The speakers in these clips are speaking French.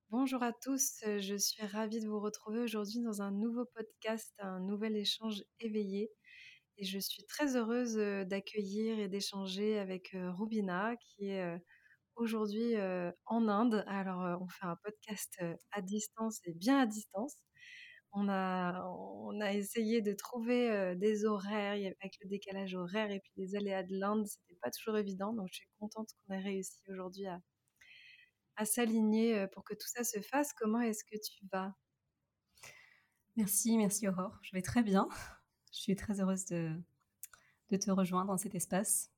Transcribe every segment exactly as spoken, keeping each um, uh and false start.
Bonjour à tous, euh, je suis ravie de vous retrouver aujourd'hui dans un nouveau podcast, un nouvel échange éveillé. Et je suis très heureuse euh, d'accueillir et d'échanger avec euh, Rubina qui est euh, aujourd'hui euh, en Inde. Alors, euh, on fait un podcast euh, à distance et bien à distance. On a, on a essayé de trouver euh, des horaires il y avait- avec le décalage horaire et puis les aléas de l'Inde, c'était pas toujours évident. Donc, je suis contente qu'on ait réussi aujourd'hui à, à s'aligner euh, pour que tout ça se fasse. Comment est-ce que tu vas? Merci, merci Aurore. Je vais très bien. Je suis très heureuse de, de te rejoindre dans cet espace.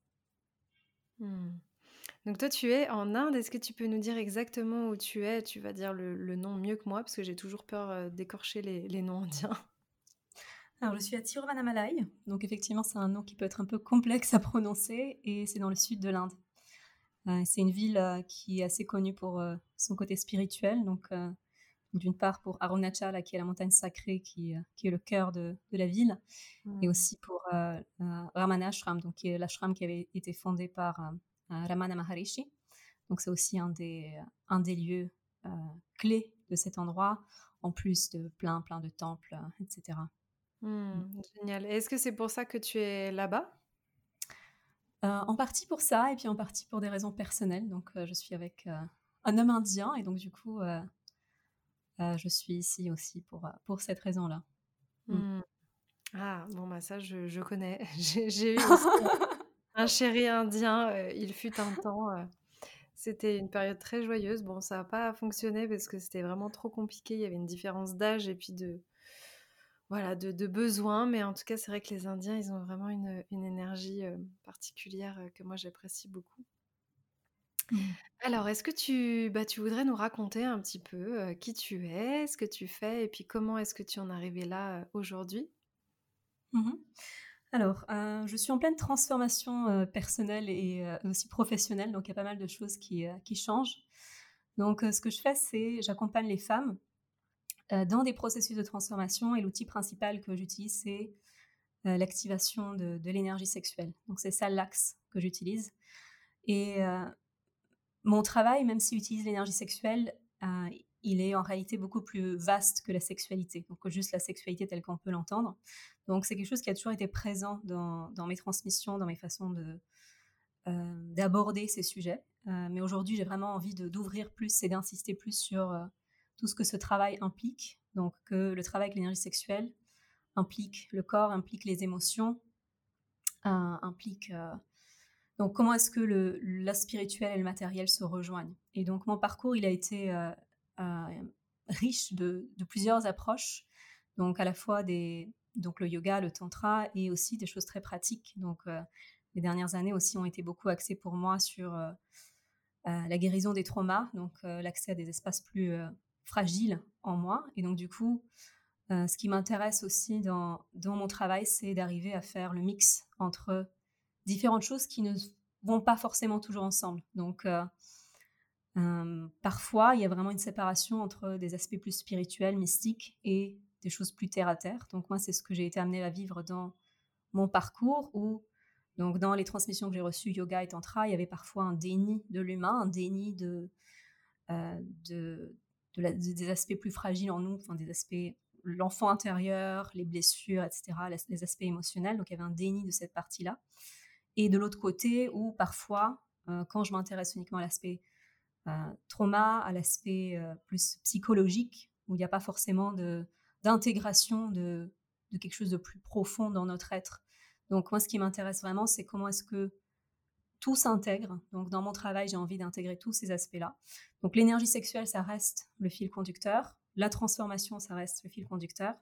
Hmm. Donc toi, tu es en Inde. Est-ce que tu peux nous dire exactement où tu es? Tu vas dire le, le nom mieux que moi parce que j'ai toujours peur euh, d'écorcher les, les noms indiens. Alors, je suis à Tiruvannamalai. Donc, effectivement, c'est un nom qui peut être un peu complexe à prononcer et c'est dans le sud de l'Inde. Euh, c'est une ville euh, qui est assez connue pour euh, son côté spirituel. Donc, euh, d'une part pour Arunachala, qui est la montagne sacrée, qui, euh, qui est le cœur de, de la ville, et Hmm. aussi pour euh, euh, Ramanashram, donc qui est l'ashram qui avait été fondé par euh, euh, Ramana Maharishi. Donc c'est aussi un des, un des lieux euh, clés de cet endroit, en plus de plein, plein de temples, euh, et cetera. Mm. Hmm, génial. Et est-ce que c'est pour ça que tu es là-bas? Euh, en partie pour ça, et puis en partie pour des raisons personnelles. Donc euh, je suis avec euh, un homme indien, et donc du coup, euh, euh, je suis ici aussi pour, euh, pour cette raison-là. Mm. Hmm. Ah, bon, bah ça, je, je connais. J'ai j'ai eu aussi un chéri indien. Euh, il fut un temps. euh, C'était une période très joyeuse. Bon, ça n'a pas fonctionné parce que c'était vraiment trop compliqué. Il y avait une différence d'âge et puis de, voilà, de, de besoins. Mais en tout cas, c'est vrai que les Indiens, ils ont vraiment une, une énergie euh, particulière euh, que moi, j'apprécie beaucoup. Mm. Alors, est-ce que tu, bah, tu voudrais nous raconter un petit peu euh, qui tu es, ce que tu fais et puis comment est-ce que tu en es arrivé là euh, aujourd'hui? Mhm. Alors, euh, je suis en pleine transformation euh, personnelle et euh, aussi professionnelle, donc il y a pas mal de choses qui, euh, qui changent. Donc, euh, ce que je fais, c'est j'accompagne les femmes euh, dans des processus de transformation et l'outil principal que j'utilise, c'est euh, l'activation de, de l'énergie sexuelle. Donc, c'est ça l'axe que j'utilise. Et euh, mon travail, même s'il utilise l'énergie sexuelle, euh, il est en réalité beaucoup plus vaste que la sexualité, donc que juste la sexualité telle qu'on peut l'entendre. Donc c'est quelque chose qui a toujours été présent dans, dans mes transmissions, dans mes façons de, euh, d'aborder ces sujets. Euh, mais aujourd'hui, j'ai vraiment envie de, d'ouvrir plus et d'insister plus sur euh, tout ce que ce travail implique. Donc que le travail avec l'énergie sexuelle implique le corps, implique les émotions, euh, implique euh, donc, comment est-ce que le, la spirituel et le matériel se rejoignent? Et donc, mon parcours, il a été euh, euh, riche de, de, plusieurs approches. Donc, à la fois des, donc le yoga, le tantra et aussi des choses très pratiques. Donc, euh, les dernières années aussi ont été beaucoup axées pour moi sur euh, euh, la guérison des traumas, donc euh, l'accès à des espaces plus euh, fragiles en moi. Et donc, du coup, euh, ce qui m'intéresse aussi dans, dans mon travail, c'est d'arriver à faire le mix entre différentes choses qui ne vont pas forcément toujours ensemble. Donc, euh, euh, parfois, il y a vraiment une séparation entre des aspects plus spirituels, mystiques et des choses plus terre à terre. Donc, moi, c'est ce que j'ai été amenée à vivre dans mon parcours où, donc, dans les transmissions que j'ai reçues, yoga et tantra, il y avait parfois un déni de l'humain, un déni de, euh, de, de la- des aspects plus fragiles en nous, enfin, des aspects, l'enfant intérieur, les blessures, et cetera, les, les aspects émotionnels. Donc, il y avait un déni de cette partie-là. Et de l'autre côté, où parfois, euh, quand je m'intéresse uniquement à l'aspect euh, trauma, à l'aspect euh, plus psychologique, où il n'y a pas forcément de, d'intégration de, de quelque chose de plus profond dans notre être. Donc moi, ce qui m'intéresse vraiment, c'est comment est-ce que tout s'intègre. Donc dans mon travail, j'ai envie d'intégrer tous ces aspects-là. Donc l'énergie sexuelle, ça reste le fil conducteur. La transformation, ça reste le fil conducteur,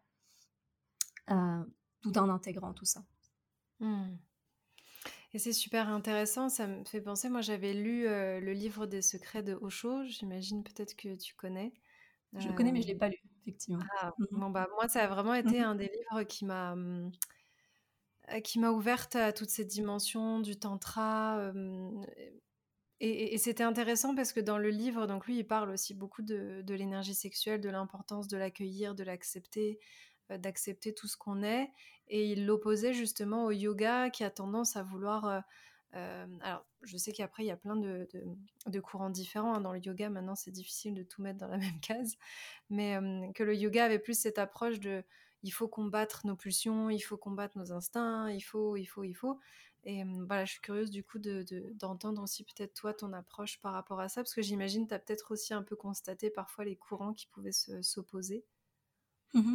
euh, tout en intégrant tout ça. Hmm. Et c'est super intéressant, ça me fait penser, moi j'avais lu euh, le livre des secrets de Osho, j'imagine peut-être que tu connais. Je le connais, Euh, mais je ne l'ai pas lu, effectivement. ah, Mhm. bon bah moi ça a vraiment été Mhm. un des livres qui m'a hum, euh, qui m'a ouverte à toutes ces dimensions du tantra. hum, et et- et c'était intéressant parce que dans le livre, donc lui il parle aussi beaucoup de, de l'énergie sexuelle, de l'importance de l'accueillir, de l'accepter, euh, d'accepter tout ce qu'on est. Et il l'opposait justement au yoga qui a tendance à vouloir euh, Hem, alors je sais qu'après il y a plein de de de courants différents, hein. Dans le yoga maintenant c'est difficile de tout mettre dans la même case, mais hem, que le yoga avait plus cette approche de: «Il faut combattre nos pulsions, il faut combattre nos instincts, il faut, il faut, il faut» et hem, voilà, je suis curieuse du coup de de d'entendre aussi peut-être toi ton approche par rapport à ça, parce que j'imagine tu as peut-être aussi un peu constaté parfois les courants qui pouvaient se s'opposer? Mmh.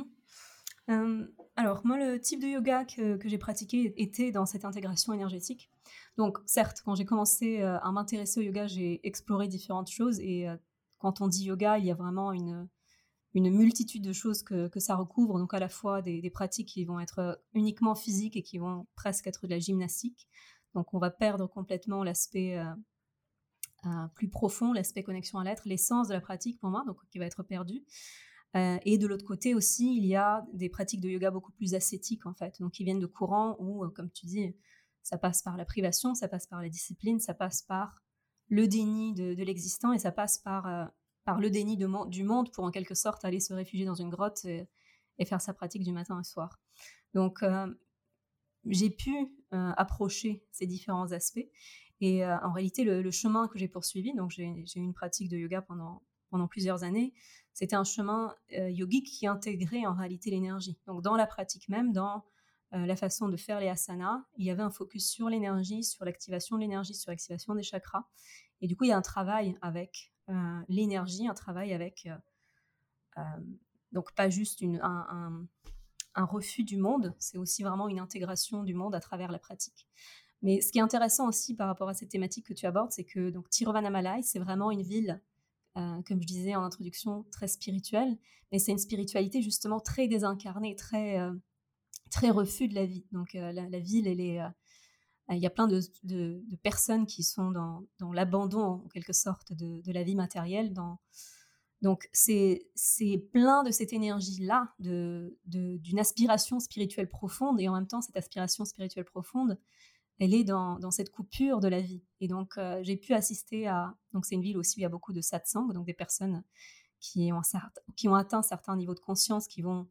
Hem, alors moi, le type de yoga que que j'ai pratiqué était dans cette intégration énergétique. Donc certes, quand j'ai commencé, heu, à m'intéresser au yoga, j'ai exploré différentes choses et heu, quand on dit yoga, il y a vraiment une, une multitude de choses que que ça recouvre. Donc à la fois des des pratiques qui vont être, heu, uniquement physiques et qui vont presque être de la gymnastique. Donc on va perdre complètement l'aspect, heu heu, plus profond, l'aspect connexion à l'être, l'essence de la pratique pour moi, donc qui va être perdu. Heu et de l'autre côté aussi, il y a des pratiques de yoga beaucoup plus ascétiques, en fait, donc qui viennent de courants où, heu, comme tu dis, ça passe par la privation, ça passe par la discipline, ça passe par le déni de de l'existant et ça passe par, heu, par le déni de mon du monde pour en quelque sorte aller se réfugier dans une grotte et et faire sa pratique du matin au soir. Donc, heu, j'ai pu, heu, approcher ces différents aspects et heu, en réalité le le chemin que j'ai poursuivi, donc j'ai j'ai eu une pratique de yoga pendant pendant plusieurs années. C'était un chemin, heu, yogique qui intégrait en réalité l'énergie. Donc dans la pratique même, dans, heu, la façon de faire les asanas, il y avait un focus sur l'énergie, sur l'activation de l'énergie, sur l'activation des chakras et du coup, il y a un travail avec, heu, l'énergie, un travail avec, heu, hem, donc pas juste une un un un refus du monde, c'est aussi vraiment une intégration du monde à travers la pratique. Mais ce qui est intéressant aussi par rapport à cette thématique que tu abordes, c'est que donc Tiruvannamalai, c'est vraiment une ville, heu, comme je disais en introduction, très spirituelle, mais c'est une spiritualité justement très désincarnée, très, heu, très refus de la vie. Donc heu, la la ville, elle est, heu, il y a plein de de de personnes qui sont dans dans l'abandon en quelque sorte de de la vie matérielle, dans donc c'est c'est plein de cette énergie-là, de de d'une aspiration spirituelle profonde et en même temps cette aspiration spirituelle profonde, elle est dans dans cette coupure de la vie et donc heu, j'ai pu assister à donc c'est une ville aussi où il y a beaucoup de satsang, donc des personnes qui ont un cert qui ont atteint certains niveaux de conscience, qui vont,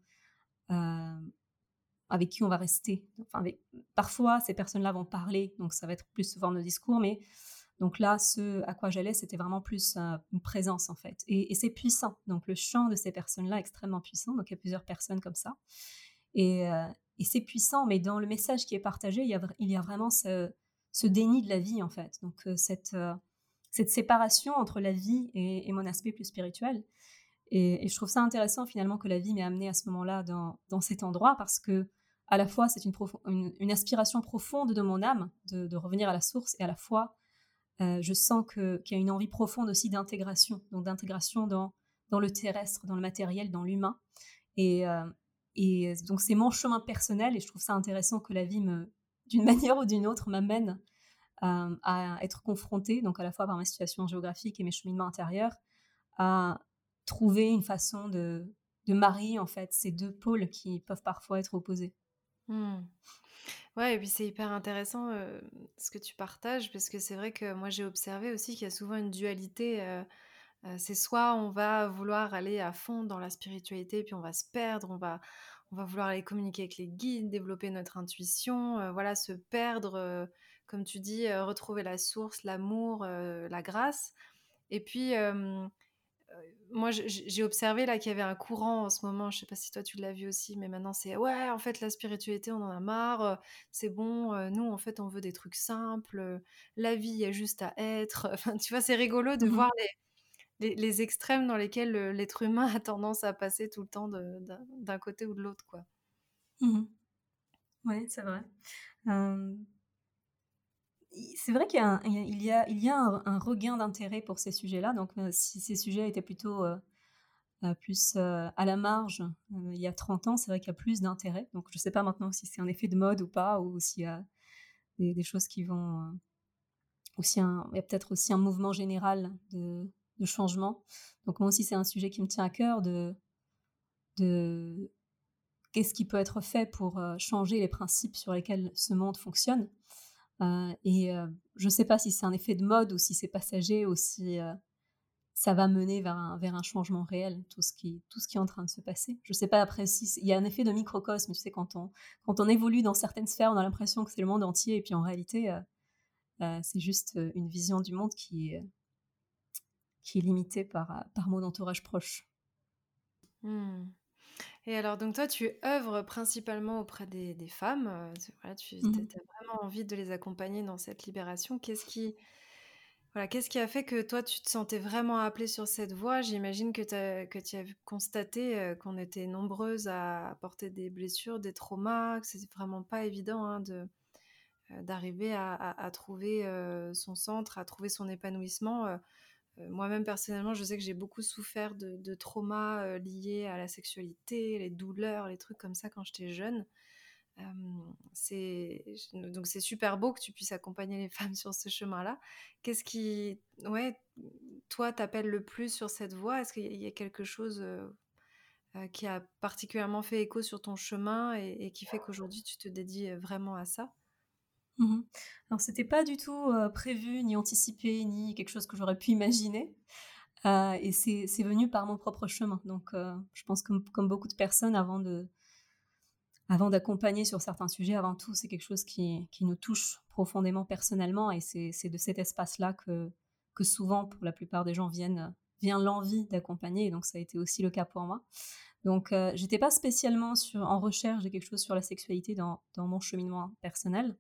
heu, avec qui on va rester. Enfin avec parfois ces personnes-là vont parler, donc ça va être plus sous forme de discours, mais donc là, ce à quoi j'allais, c'était vraiment plus, heu, une présence en fait et et c'est puissant. Donc le chant de ces personnes-là est extrêmement puissant, donc il y a plusieurs personnes comme ça et heu et c'est puissant, mais dans le message qui est partagé, il y a vr il y a vraiment ce ce déni de la vie en fait. Donc heu, cette, heu, cette séparation entre la vie et et mon aspect plus spirituel et et je trouve ça intéressant finalement que la vie m'ait amenée à ce moment-là dans dans cet endroit parce que à la fois c'est une profon une une aspiration profonde de mon âme de de revenir à la source et à la fois Heu, je sens que qu'il y a une envie profonde aussi d'intégration, donc d'intégration dans dans le terrestre, dans le matériel, dans l'humain et heu et donc c'est mon chemin personnel et je trouve ça intéressant que la vie me d'une manière ou d'une autre m'amène, hem, à être confrontée, donc à la fois par ma situation géographique et mes cheminements intérieurs, à trouver une façon de de marier en fait ces deux pôles qui peuvent parfois être opposés. Mmh. Ouais et puis c'est hyper intéressant, heu, ce que tu partages parce que c'est vrai que moi j'ai observé aussi qu'il y a souvent une dualité, heu heu, c'est soit on va vouloir aller à fond dans la spiritualité puis on va se perdre, on va on va vouloir aller communiquer avec les guides, développer notre intuition, heu, voilà se perdre, heu, comme tu dis, heu, retrouver la source, l'amour, heu, la grâce et puis, hem moi, je j'ai j'ai observé là qu'il y avait un courant en ce moment, je sais pas si toi tu l'as vu aussi, mais maintenant c'est: «Ouais, en fait, la spiritualité, on en a marre, heu, c'est bon, heu, nous, en fait, on veut des trucs simples, heu, la vie, il y a juste à être». Enfin, tu vois, c'est rigolo de Mmh mh. voir les les les extrêmes dans lesquels, heu, l'être humain a tendance à passer tout le temps de d'un d'un côté ou de l'autre, quoi. Mmh. Ouais, c'est vrai. Hem I c'est vrai qu'il y a un il y a il y a il y a un un regain d'intérêt pour ces sujets-là, donc heu, si ces sujets étaient plutôt, heu heu, plus, heu, à la marge, heu, il y a trente ans, c'est vrai qu'il y a plus d'intérêt. Donc je sais pas maintenant si c'est un effet de mode ou pas, ou s'il y a des des choses qui vont, heu, aussi un il y a peut-être aussi un mouvement général de de changement. Donc moi aussi, c'est un sujet qui me tient à cœur de de qu'est-ce qui peut être fait pour, heu, changer les principes sur lesquels ce monde fonctionne? Heu et heu, je ne sais pas si c'est un effet de mode ou si c'est passager ou si, heu, ça va mener vers un vers un changement réel, tout ce qui tout ce qui est en train de se passer. Je ne sais pas après si c il y a un effet de microcosme, tu sais quand on quand on évolue dans certaines sphères, on a l'impression que c'est le monde entier et puis en réalité, heu, Heu, c'est juste, heu, une vision du monde qui est qui est limitée par, heu, par mon entourage proche. Mmh. Et alors donc toi, tu œuvres principalement auprès des des femmes, heu, tu voilà, tu Mmh tu mh. as vraiment envie de les accompagner dans cette libération. Qu'est-ce qui voilà, qu'est-ce qui a fait que toi, tu te sentais vraiment appelée sur cette voie? J'imagine que tu as que tu as vu constaté, heu, qu'on était nombreuses à porter des blessures, des traumas, que c'est vraiment pas évident, hein, de, heu, d'arriver à à à trouver, heu, son centre, à trouver son épanouissement, heu heu, moi-même personnellement, je sais que j'ai beaucoup souffert de de traumas, heu, liés à la sexualité, les douleurs, les trucs comme ça quand j'étais jeune. Hem, c'est j donc c'est super beau que tu puisses accompagner les femmes sur ce chemin-là. Qu'est-ce qui ouais, toi, t'appelle le plus sur cette voie? Est-ce qu'il y a il y a quelque chose, heu heu, qui a particulièrement fait écho sur ton chemin et et qui fait qu'aujourd'hui tu te dédies, heu, vraiment à ça? Mmh mh. Alors c'était pas du tout, heu, prévu, ni anticipé, ni quelque chose que j'aurais pu imaginer, heu et c'est c'est venu par mon propre chemin. Donc heu, je pense comme comme beaucoup de personnes avant de avant d'accompagner sur certains sujets, avant tout, c'est quelque chose qui qui nous touche profondément personnellement et c'est c'est de cet espace-là que que souvent, pour la plupart des gens, viennent vient l'envie d'accompagner et donc ça a été aussi le cas pour moi. Donc heu, j'étais pas spécialement sur en recherche de quelque chose sur la sexualité dans dans mon cheminement personnel,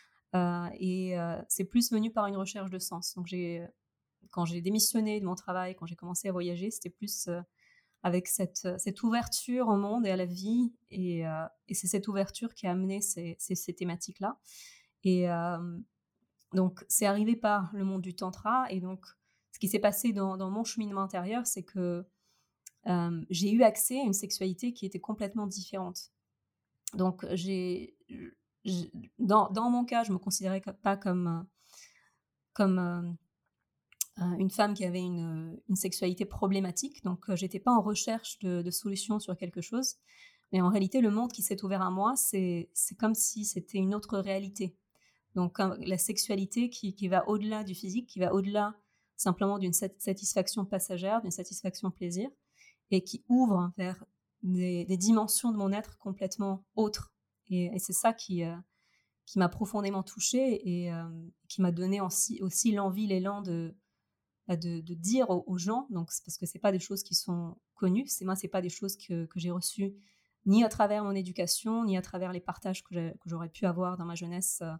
heu et heu, c'est plus venu par une recherche de sens. Donc j'ai quand j'ai démissionné de mon travail, quand j'ai commencé à voyager, c'était plus, heu, avec cette, heu, cette ouverture au monde et à la vie et heu et c'est cette ouverture qui a amené ces ces ces thématiques-là et hem, donc c'est arrivé par le monde du tantra et donc ce qui s'est passé dans dans mon cheminement intérieur, c'est que, hem, j'ai eu accès à une sexualité qui était complètement différente. Donc j'ai j dans dans mon cas, je me considérais co pas comme, heu, comme, hem, heu, une femme qui avait une, heu, une sexualité problématique, donc heu, j'étais pas en recherche de de solutions sur quelque chose. Mais en réalité, le monde qui s'est ouvert à moi, c'est c'est comme si c'était une autre réalité. Donc hein, la sexualité qui qui va au-delà du physique, qui va au-delà simplement d'une sat satisfaction passagère, d'une satisfaction plaisir et qui ouvre vers des des dimensions de mon être complètement autres et et c'est ça qui, heu, qui m'a profondément touchée et hem, qui m'a donné ensi aussi l'envie, l'élan de, bah, de de dire aux aux gens, donc c'est parce que c'est pas des choses qui sont connues, c'est moi, c'est pas des choses que que j'ai reçues ni à travers mon éducation, ni à travers les partages que j'ai que j'aurais pu avoir dans ma jeunesse, heu,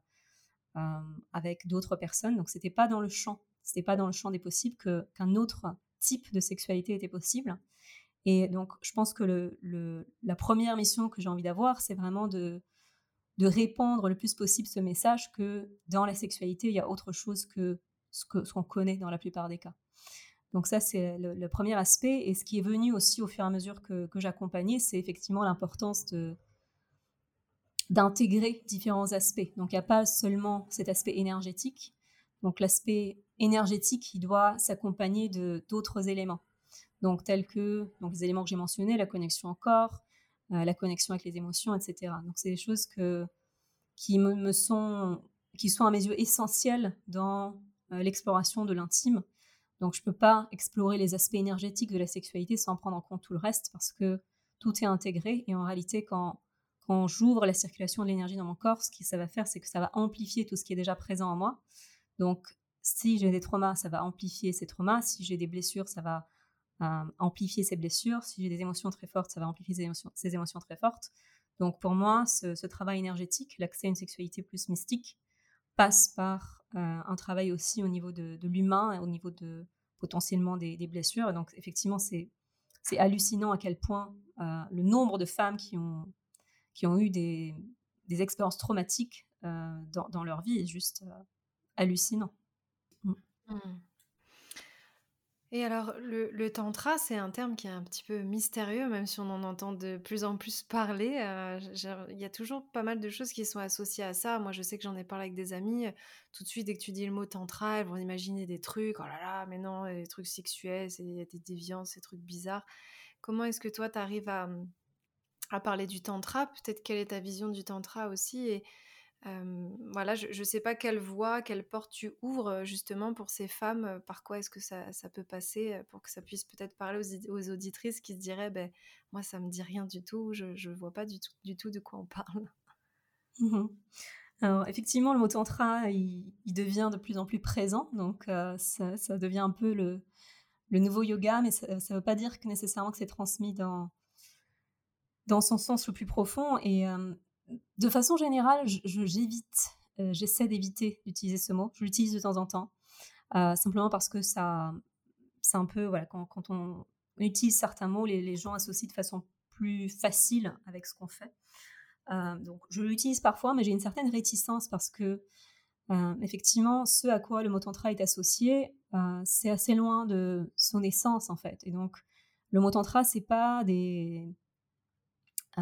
hem, avec d'autres personnes. Donc c'était pas dans le champ c'était pas dans le champ des possibles que qu'un autre type de sexualité était possible et donc je pense que le le la première mission que j'ai envie d'avoir, c'est vraiment de de répandre le plus possible ce message que dans la sexualité, il y a autre chose que ce que ce qu'on connaît dans la plupart des cas. Donc ça, c'est le le premier aspect et ce qui est venu aussi au fur et à mesure que que j'accompagnais, c'est effectivement l'importance de d'intégrer différents aspects. Donc il y a pas seulement cet aspect énergétique. Donc l'aspect énergétique, il doit s'accompagner de d'autres éléments. Donc tels que donc les éléments que j'ai mentionnés, la connexion au corps, heu, la connexion avec les émotions et cetera. Donc c'est des choses que qui me me sont qui sont à mes yeux essentielles dans, heu, l'exploration de l'intime. Donc je peux pas explorer les aspects énergétiques de la sexualité sans prendre en compte tout le reste parce que tout est intégré et en réalité quand quand j'ouvre la circulation de l'énergie dans mon corps, ce que ça va faire, c'est que ça va amplifier tout ce qui est déjà présent en moi. Donc si j'ai des traumas, ça va amplifier ces traumas. Si j'ai des blessures, ça va, hem, amplifier ces blessures. Si j'ai des émotions très fortes, ça va amplifier ces émotions ces émotions très fortes. Donc pour moi, ce ce travail énergétique, l'accès à une sexualité plus mystique, passe par, heu, un travail aussi au niveau de de l'humain et au niveau de potentiellement des des blessures et donc effectivement, c'est c'est hallucinant à quel point, heu, le nombre de femmes qui ont qui ont eu des des expériences traumatiques, heu, dans dans leur vie est juste, heu, hallucinant. Mmh. Mmh. Et alors le le tantra, c'est un terme qui est un petit peu mystérieux, même si on en entend de plus en plus parler, heu, je je il y a toujours pas mal de choses qui sont associées à ça. Moi, je sais que j'en ai parlé avec des amies, heu, tout de suite, dès que tu dis le mot tantra, elles vont imaginer des trucs: «Oh là là, mais non, des trucs sexuels, c'est il y a des déviances, des trucs bizarres». Comment est-ce que toi, tu arrives à, mmh, à parler du tantra? Peut-être quelle est ta vision du tantra aussi et Hem, voilà, je je sais pas quelle voie, quelle porte tu ouvres, heu, justement pour ces femmes, heu, par quoi est-ce que ça ça peut passer, heu, pour que ça puisse peut-être parler aux id aux auditrices qui se diraient: «Beh, moi ça me dit rien du tout, je je vois pas du tout du tout de quoi on parle». Mmh mh. Alors effectivement, le mot tantra, il il devient de plus en plus présent, donc heu, ça ça devient un peu le le nouveau yoga, mais ça ça veut pas dire que nécessairement que c'est transmis dans dans son sens le plus profond et hem, de façon générale, je je j'évite, heu, j'essaie d'éviter d'utiliser ce mot. Je l'utilise de temps en temps, heu, simplement parce que ça c'est un peu voilà, quand quand on utilise certains mots, les les gens associent de façon plus facile avec ce qu'on fait. Heu, donc je l'utilise parfois, mais j'ai une certaine réticence parce que, heu, effectivement, ce à quoi le mot tantra est associé, heu, c'est assez loin de son essence, en fait et donc le mot tantra, c'est pas des heu,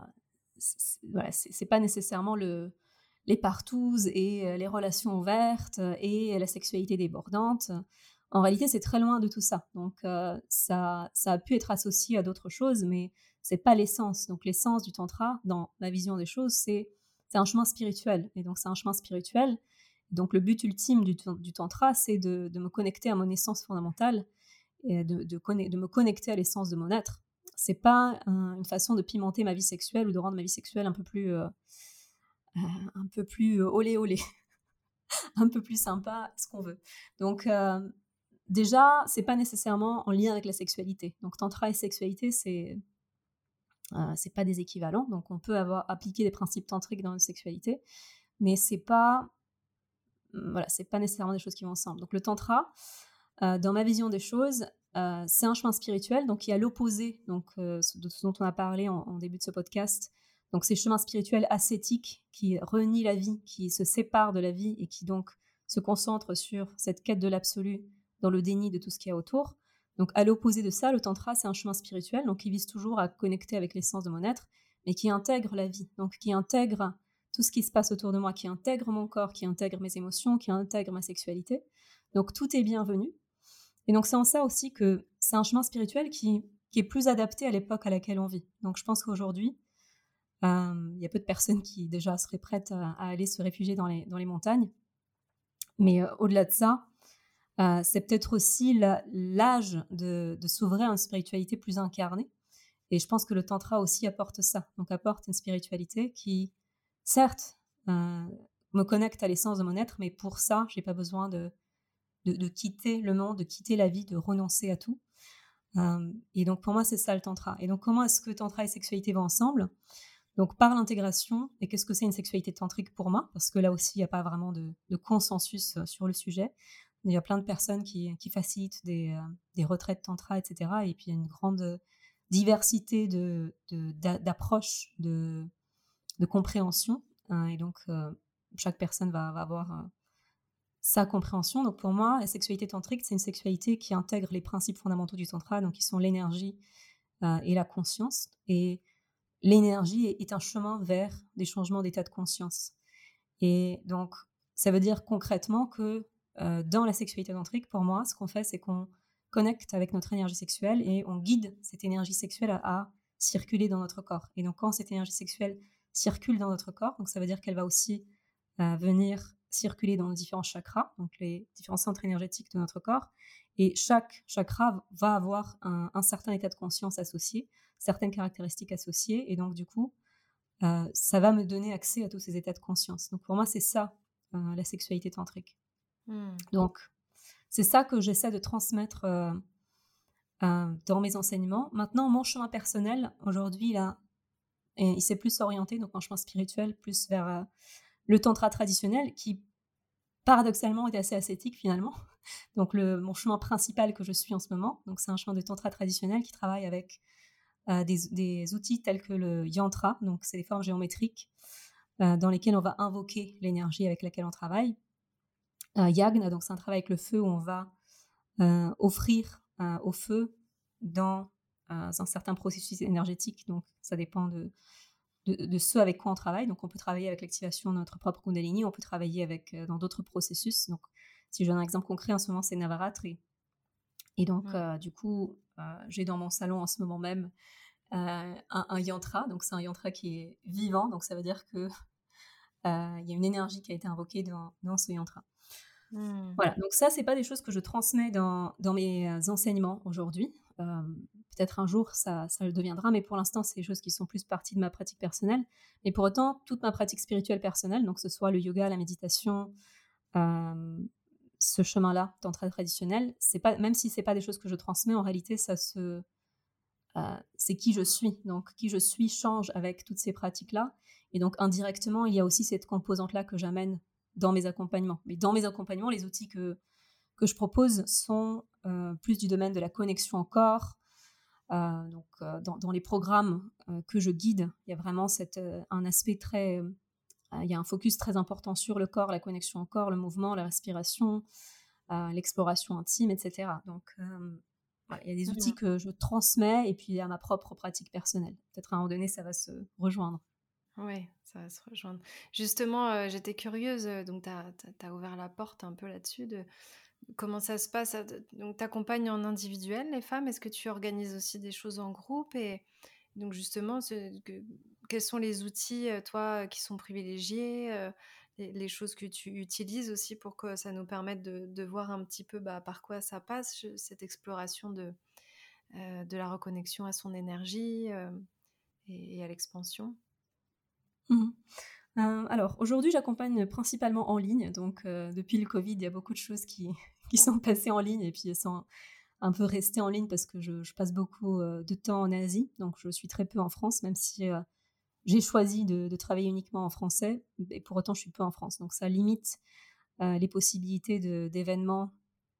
c c voilà, c'est c'est pas nécessairement le les partouzes et heu, les relations ouvertes et la sexualité débordante. En réalité, c'est très loin de tout ça. Donc heu, ça ça a pu être associé à d'autres choses, mais c'est pas l'essence. Donc l'essence du tantra, dans ma vision des choses, c'est c'est un chemin spirituel et donc c'est un chemin spirituel. Donc le but ultime du tan du tantra, c'est de de me connecter à mon essence fondamentale et de de conne de me connecter à l'essence de mon être. C'est pas un une façon de pimenter ma vie sexuelle ou de rendre ma vie sexuelle un peu plus, heu, heu, un peu plus, heu, olé olé, un peu plus sympa, ce qu'on veut. Donc heu, déjà, c'est pas nécessairement en lien avec la sexualité. Donc tantra et sexualité, c'est, heu, c'est pas des équivalents. Donc on peut avoir appliqué des principes tantriques dans une sexualité, mais c'est pas, mmh, voilà, c'est pas nécessairement des choses qui vont ensemble. Donc le tantra, heu, dans ma vision des choses, heu, c'est un chemin spirituel, donc qui est à l'opposé donc heu, ce de ce dont on a parlé en en début de ce podcast. Donc ces chemins spirituels ascétiques qui renient la vie, qui se séparent de la vie et qui donc se concentrent sur cette quête de l'absolu dans le déni de tout ce qu'il y a autour. Donc à l'opposé de ça, le tantra, c'est un chemin spirituel, donc qui vise toujours à connecter avec l'essence de mon être, mais qui intègre la vie, donc qui intègre tout ce qui se passe autour de moi, qui intègre mon corps, qui intègre mes émotions, qui intègre ma sexualité. Donc tout est bienvenu. Et donc c'est en ça aussi que c'est un chemin spirituel qui, qui est plus adapté à l'époque à laquelle on vit. Donc je pense qu'aujourd'hui, euh, il y a peu de personnes qui déjà seraient prêtes à, à aller se réfugier dans les, dans les montagnes. Mais euh, au-delà de ça, euh, c'est peut-être aussi la- l'âge de, de s'ouvrir à une spiritualité plus incarnée. Et je pense que le tantra aussi apporte ça. Donc apporte une spiritualité qui, certes, euh, me connecte à l'essence de mon être, mais pour ça, j'ai pas besoin de, de, de quitter le monde, de quitter la vie, de renoncer à tout. Euh, et donc pour moi, c'est ça le tantra. Et donc comment est-ce que tantra et sexualité vont ensemble? Donc par l'intégration, et qu'est-ce que c'est une sexualité tantrique pour moi? Parce que là aussi, il n'y a pas vraiment de, de consensus euh, sur le sujet. Il y a plein de personnes qui, qui facilitent des, euh, des retraites tantra, et cetera. Et puis il y a une grande diversité de, de, d'a- d'approches, de, de compréhension. Hein, et donc euh, chaque personne va, va avoir euh, sa compréhension. Donc pour moi, la sexualité tantrique, c'est une sexualité qui intègre les principes fondamentaux du tantra, donc qui sont l'énergie euh, et la conscience. Et l'énergie est, est un chemin vers des changements d'état de conscience. Et donc, ça veut dire concrètement que euh, dans la sexualité tantrique, pour moi, ce qu'on fait, c'est qu'on connecte avec notre énergie sexuelle et on guide cette énergie sexuelle à, à circuler dans notre corps. Et donc, quand cette énergie sexuelle circule dans notre corps, donc ça veut dire qu'elle va aussi euh, venir circuler dans nos différents chakras, donc les différents centres énergétiques de notre corps. Et chaque chakra va avoir un, un certain état de conscience associé, certaines caractéristiques associées. Et donc, du coup, euh, ça va me donner accès à tous ces états de conscience. Donc pour moi, c'est ça, euh, la sexualité tantrique. Mmh. Donc c'est ça que j'essaie de transmettre euh, euh, dans mes enseignements. Maintenant, mon chemin personnel, aujourd'hui, là, et il s'est plus orienté, donc un chemin spirituel, plus vers euh, le tantra traditionnel, qui paradoxalement est assez ascétique finalement. Donc le, mon chemin principal que je suis en ce moment, donc c'est un chemin de tantra traditionnel qui travaille avec euh, des, des outils tels que le yantra, donc c'est des formes géométriques euh, dans lesquelles on va invoquer l'énergie avec laquelle on travaille. Euh, yagna, donc c'est un travail avec le feu où on va euh, offrir euh, au feu dans euh, un certain processus énergétique. Donc ça dépend de, de, de ce avec quoi on travaille. Donc on peut travailler avec l'activation de notre propre Kundalini, on peut travailler avec euh, dans d'autres processus. Donc si je donne un exemple concret, en ce moment c'est Navaratri. Et donc Mmh. euh, du coup, euh, j'ai dans mon salon en ce moment même euh, un, un yantra. Donc c'est un yantra qui est vivant. Donc ça veut dire que euh, il y a une énergie qui a été invoquée dans, dans ce yantra. Mmh. Voilà, donc ça, c'est pas des choses que je transmets dans, dans mes euh, enseignements aujourd'hui, euh, peut-être un jour ça, ça le deviendra, mais pour l'instant, c'est des choses qui sont plus partie de ma pratique personnelle. Mais pour autant, toute ma pratique spirituelle personnelle, donc que ce soit le yoga, la méditation, euh, ce chemin-là, tantra traditionnel, c'est pas, même si c'est pas des choses que je transmets, en réalité, ça se, euh, c'est qui je suis. Donc, qui je suis change avec toutes ces pratiques-là. Et donc, indirectement, il y a aussi cette composante-là que j'amène dans mes accompagnements. Mais dans mes accompagnements, les outils que, que je propose sont euh, plus du domaine de la connexion au corps. Euh, donc, euh, dans, dans les programmes euh, que je guide, il y a vraiment cette, euh, un aspect très... Euh, il y a un focus très important sur le corps, la connexion au corps, le mouvement, la respiration, euh, l'exploration intime, et cetera. Donc, euh, voilà, il y a des outils Mmh. que je transmets et puis il y a ma propre pratique personnelle. Peut-être à un moment donné, ça va se rejoindre. Ouais, ça va se rejoindre. Justement, heu, j'étais curieuse, heu, donc tu as ouvert la porte un peu là-dessus de comment ça se passe, heu, d donc tu accompagnes en individuel les femmes? Est-ce que tu organises aussi des choses en groupe? Et donc justement, ce que quels sont les outils, heu, toi, qui sont privilégiés, heu, les les choses que tu utilises aussi pour que ça nous permette de de voir un petit peu, bah, par quoi ça passe, che cette exploration de, heu, de la reconnexion à son énergie, hem, et et à l'expansion? Mmh. Euh, alors, aujourd'hui, j'accompagne principalement en ligne. Donc, euh, depuis le Covid, il y a beaucoup de choses qui, qui sont passées en ligne et puis elles sont un peu restées en ligne parce que je, je passe beaucoup euh, de temps en Asie. Donc, je suis très peu en France, même si euh, j'ai choisi de, de travailler uniquement en français. Et pour autant, je suis peu en France. Donc, ça limite euh, les possibilités de- d'événements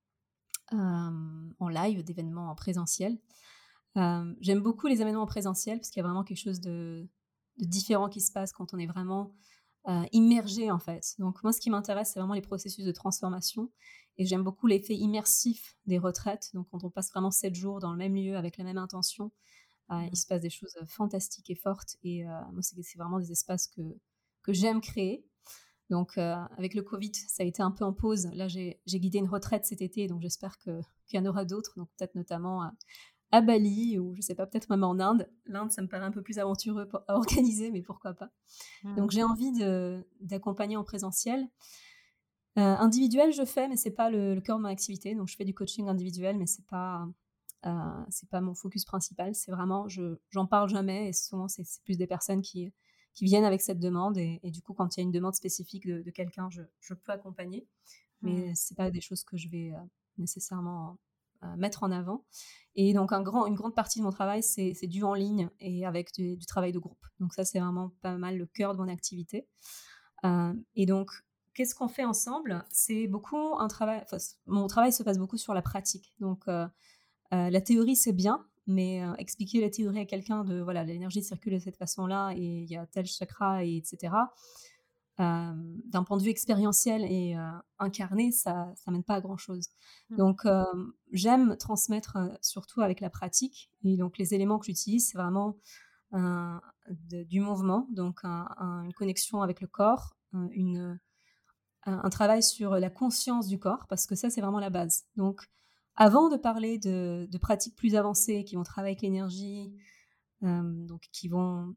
euh, en live, d'événements en présentiel. Euh, J'aime beaucoup les événements en présentiel parce qu'il y a vraiment quelque chose de, de différent qui se passe quand on est vraiment euh, immergé en fait. Donc moi, ce qui m'intéresse, c'est vraiment les processus de transformation. Et j'aime beaucoup l'effet immersif des retraites. Donc quand on passe vraiment sept jours dans le même lieu avec la même intention, euh, il Mmh. se passe des choses fantastiques et fortes. Et euh, moi, c'est c'est vraiment des espaces que, que j'aime créer. Donc, euh, avec le Covid, ça a été un peu en pause. Là, j'ai j'ai guidé une retraite cet été, donc j'espère que- qu'il y en aura d'autres. Donc, peut-être notamment à, à Bali ou je sais pas, peut-être même en Inde. L'Inde, ça me paraît un peu plus aventureux pour- à organiser, mais pourquoi pas. Donc, Mmh. j'ai envie de- d'accompagner en présentiel. Euh, individuel, je fais, mais c'est pas le, le cœur de mon activité. Donc, je fais du coaching individuel, mais c'est pas, euh, c'est pas mon focus principal. C'est vraiment, je, j'en parle jamais et souvent, c'est c'est plus des personnes qui, qui viennent avec cette demande. Et, et du coup, quand il y a une demande spécifique de, de quelqu'un, je, je peux accompagner, mais Mmh. c'est pas des choses que je vais euh, nécessairement euh, mettre en avant. Et donc, un grand, une grande partie de mon travail, c'est c'est du en ligne et avec du, du travail de groupe. Donc, ça, c'est vraiment pas mal le cœur de mon activité. Euh, et donc, qu'est-ce qu'on fait ensemble? C'est beaucoup un travail. Enfin, mon travail se passe beaucoup sur la pratique. Donc, euh, euh, la théorie, c'est bien, mais euh, expliquer la théorie à quelqu'un de voilà, l'énergie circule de cette façon-là et il y a tel chakra, et etc. Euh, d'un point de vue expérientiel et euh, incarné, ça ça mène pas à grand-chose. Mmh. Donc, euh, j'aime transmettre euh, surtout avec la pratique. Et donc, les éléments que j'utilise, c'est vraiment un- de- du mouvement, donc un- un- une connexion avec le corps, un- une, un, un travail sur la conscience du corps, parce que ça, c'est vraiment la base. Donc, avant de parler de, de pratiques plus avancées qui vont travailler avec l'énergie, euh, donc qui vont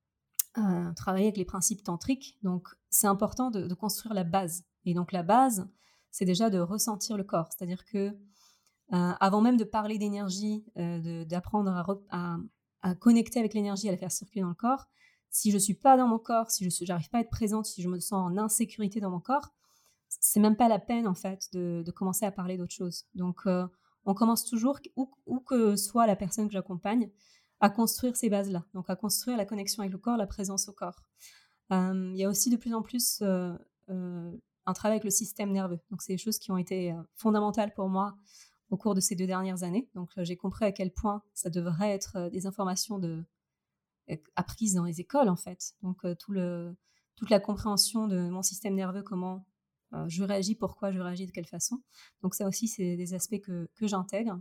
euh, travailler avec les principes tantriques, donc c'est important de, de construire la base. Et donc, la base, c'est déjà de ressentir le corps, c'est-à-dire que euh, avant même de parler d'énergie, euh, de- d'apprendre à, re- à- à connecter avec l'énergie, à la faire circuler dans le corps, si je ne suis pas dans mon corps, si je n'arrive pas à être présente, si je me sens en insécurité dans mon corps, c'est même pas la peine en fait de, de commencer à parler d'autre chose. Donc, euh, on commence toujours, où, où que soit la personne que j'accompagne, à construire ces bases-là. Donc, à construire la connexion avec le corps, la présence au corps. Euh, Il y a aussi de plus en plus euh, euh, un travail avec le système nerveux. Donc, c'est des choses qui ont été euh, fondamentales pour moi au cours de ces deux dernières années. Donc, euh, j'ai compris à quel point ça devrait être euh, des informations de, euh, apprises dans les écoles, en fait. Donc, euh, tout le, toute la compréhension de mon système nerveux, comment euh, je réagis, pourquoi je réagis, de quelle façon. Donc, ça aussi, c'est des aspects que, que j'intègre.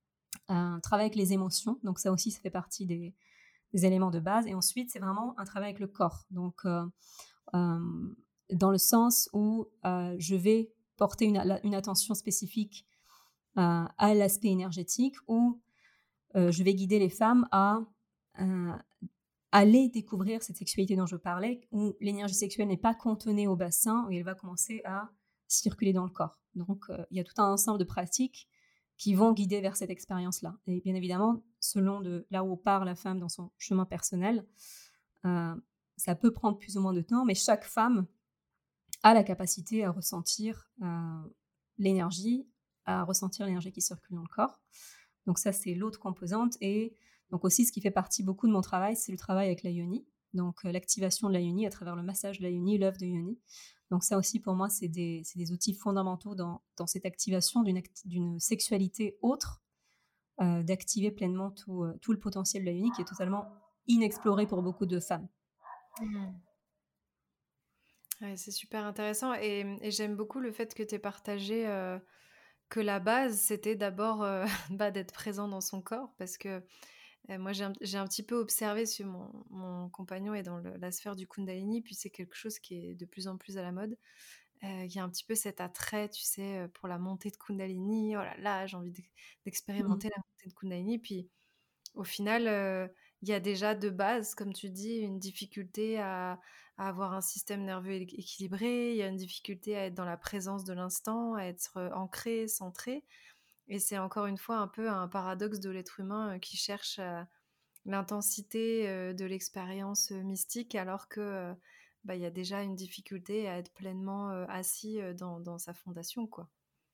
Un travail avec les émotions. Donc, ça aussi, ça fait partie des, des éléments de base. Et ensuite, c'est vraiment un travail avec le corps. Donc, euh, euh, dans le sens où euh, je vais porter une, une attention spécifique euh, à l'aspect énergétique, où euh, je vais guider les femmes à euh, aller découvrir cette sexualité dont je parlais, où l'énergie sexuelle n'est pas cantonnée au bassin, où elle va commencer à circuler dans le corps. Donc, euh, il y a tout un ensemble de pratiques qui vont guider vers cette expérience-là. Et bien évidemment, selon de là où part la femme dans son chemin personnel, euh, ça peut prendre plus ou moins de temps, mais chaque femme a la capacité à ressentir euh, l'énergie, à ressentir l'énergie qui circule dans le corps. Donc ça, c'est l'autre composante. Et donc aussi, ce qui fait partie beaucoup de mon travail, c'est le travail avec la yoni. Donc euh, l'activation de la yoni à travers le massage de la yoni, l'œuvre de yoni. Donc ça aussi, pour moi, c'est des, c'est des outils fondamentaux dans, dans cette activation d'une, acti- d'une sexualité autre, euh, d'activer pleinement tout, euh, tout le potentiel de la yoni qui est totalement inexploré pour beaucoup de femmes. Mmh. Ouais, c'est super intéressant et, et j'aime beaucoup le fait que tu aies partagé euh, que la base, c'était d'abord euh, bah, d'être présent dans son corps parce que euh, moi, j'ai un, j'ai un petit peu observé sur mon, mon compagnon est dans le- la sphère du Kundalini, puis c'est quelque chose qui est de plus en plus à la mode. Euh, Il y a un petit peu cet attrait, tu sais, euh, pour la montée de Kundalini. Oh là là, j'ai envie d'ex- Mhm. d'expérimenter la montée de Kundalini. Puis au final, euh, il y a déjà de base, comme tu dis, une difficulté à, à avoir un système nerveux é- équilibré, il y a une difficulté à être dans la présence de l'instant, à être euh, ancré, centré. Et c'est encore une fois un peu un paradoxe de l'être humain euh, qui cherche euh, l'intensité euh, de l'expérience euh, mystique alors que euh, bah, il y a déjà une difficulté à être pleinement euh, assis euh, dans, dans sa fondation, quoi.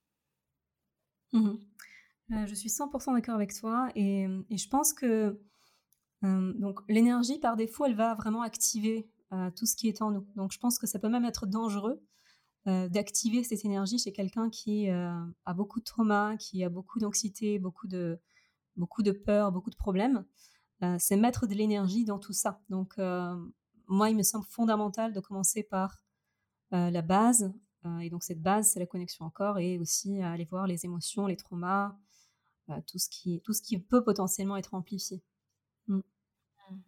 Mhm. Euh, je suis cent pour cent d'accord avec toi et, et je pense que euh, donc l'énergie par défaut elle va vraiment activer euh, tout ce qui est en nous. Donc je pense que ça peut même être dangereux euh, d'activer cette énergie chez quelqu'un qui euh, a beaucoup de trauma, qui a beaucoup d'anxiété, beaucoup de beaucoup de peur, beaucoup de problèmes. Euh, c'est mettre de l'énergie dans tout ça. Donc euh, moi il me semble fondamental de commencer par euh, la base. Euh, et donc cette base c'est la connexion au corps et aussi euh, aller voir les émotions, les traumas, euh, tout, ce qui, tout ce qui peut potentiellement être amplifié. Mm. Mm.